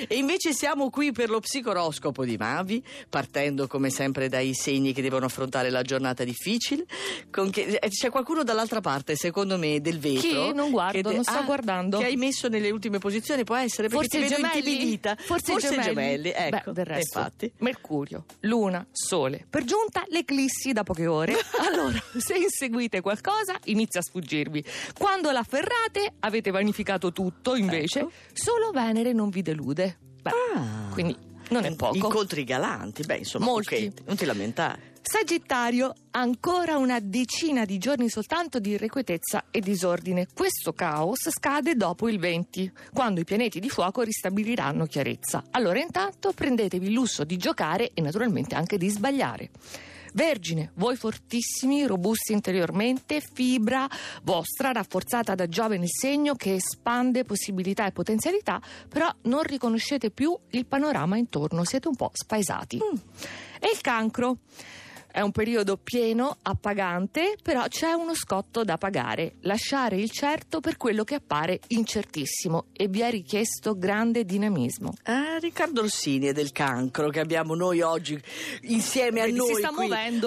E invece siamo qui per lo psicoroscopo di Mavi, partendo come sempre dai segni che devono affrontare la giornata difficile. C'è qualcuno dall'altra parte, secondo me, del vetro. Chi? Non guardo, non sto guardando. Che hai messo nelle ultime posizioni, può essere, perché forse ti vedo gemelli? intimidita. Forse gemelli, ecco. Beh, del resto, infatti. Mercurio, Luna, Sole. Per giunta l'eclissi da poche ore. Allora, se inseguite qualcosa, inizia a sfuggirvi. Quando l'afferrate, avete vanificato tutto, invece, ecco. Solo Venere non vi delude. Beh, quindi non è poco. Incontri galanti, insomma, molti. Okay, non ti lamentare. Sagittario, ancora una decina di giorni soltanto di irrequietezza e disordine. Questo caos scade dopo il 20, quando i pianeti di fuoco ristabiliranno chiarezza. Allora intanto prendetevi il lusso di giocare e naturalmente anche di sbagliare. Vergine, voi fortissimi, robusti interiormente, fibra vostra rafforzata da Giove nel segno che espande possibilità e potenzialità, però non riconoscete più il panorama intorno, siete un po' spaesati. E il Cancro? È un periodo pieno, appagante, però c'è uno scotto da pagare. Lasciare il certo per quello che appare incertissimo e vi è richiesto grande dinamismo. Riccardo Orsini è del Cancro che abbiamo noi oggi insieme a noi. Si sta muovendo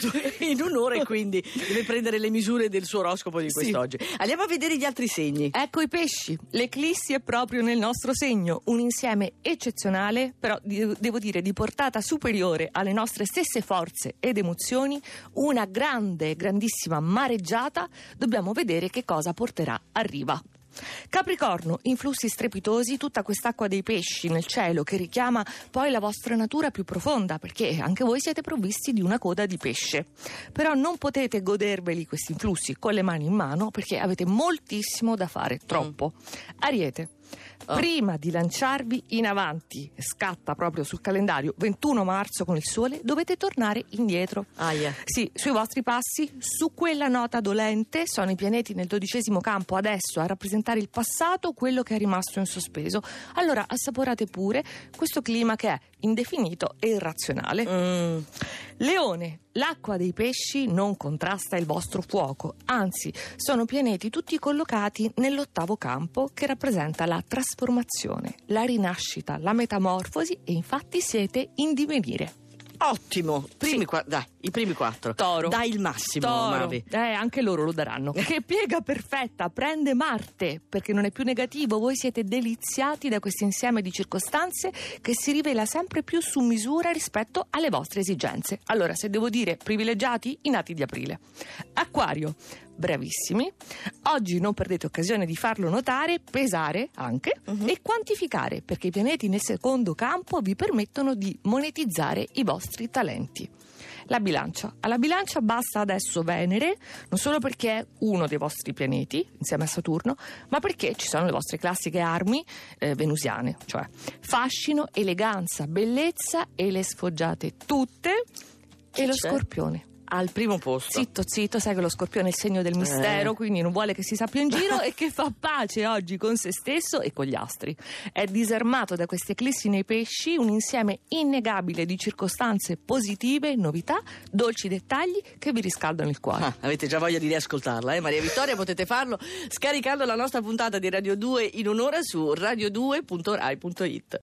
in un'ora e quindi deve prendere le misure del suo oroscopo di quest'oggi. Andiamo a vedere gli altri segni. Ecco i pesci. L'eclissi è proprio nel nostro segno, un insieme eccezionale, però devo dire di portata superiore alle nostre stesse forze ed emozioni, una grandissima mareggiata. Dobbiamo vedere che cosa porterà a riva. Capricorno, influssi strepitosi, tutta quest'acqua dei pesci nel cielo che richiama poi la vostra natura più profonda, perché anche voi siete provvisti di una coda di pesce. Però non potete goderveli questi influssi con le mani in mano perché avete moltissimo da fare, troppo. Ariete, prima di lanciarvi in avanti, scatta proprio sul calendario 21 marzo con il sole, dovete tornare indietro. Sì, sui vostri passi, su quella nota dolente. Sono i pianeti nel 12° campo adesso a rappresentare il passato, quello che è rimasto in sospeso. Allora assaporate pure questo clima che è indefinito e irrazionale. Leone, l'acqua dei pesci non contrasta il vostro fuoco, anzi sono pianeti tutti collocati nell'8° campo che rappresenta la trasformazione, la rinascita, la metamorfosi, e infatti siete in divenire. Ottimo, dai, i primi 4. Toro, dai il massimo, Toro. Mavi. Anche loro lo daranno. Che piega perfetta, prende Marte perché non è più negativo. Voi siete deliziati da questo insieme di circostanze che si rivela sempre più su misura rispetto alle vostre esigenze. Allora, se devo dire privilegiati, i nati di aprile. Acquario, bravissimi. Oggi non perdete occasione di farlo notare, pesare anche e quantificare, perché i pianeti nel 2° campo vi permettono di monetizzare i vostri talenti. La bilancia. Alla bilancia basta adesso Venere, non solo perché è uno dei vostri pianeti insieme a Saturno, ma perché ci sono le vostre classiche armi venusiane, cioè fascino, eleganza, bellezza, e le sfoggiate tutte. E lo Scorpione. Al primo posto. Zitto, sai che lo Scorpione è il segno del mistero, quindi non vuole che si sappia in giro e che fa pace oggi con se stesso e con gli astri. È disarmato da queste eclissi nei pesci, un insieme innegabile di circostanze positive, novità, dolci dettagli che vi riscaldano il cuore. Avete già voglia di riascoltarla, Maria Vittoria? Potete farlo scaricando la nostra puntata di Radio 2 in un'ora su radio2.rai.it.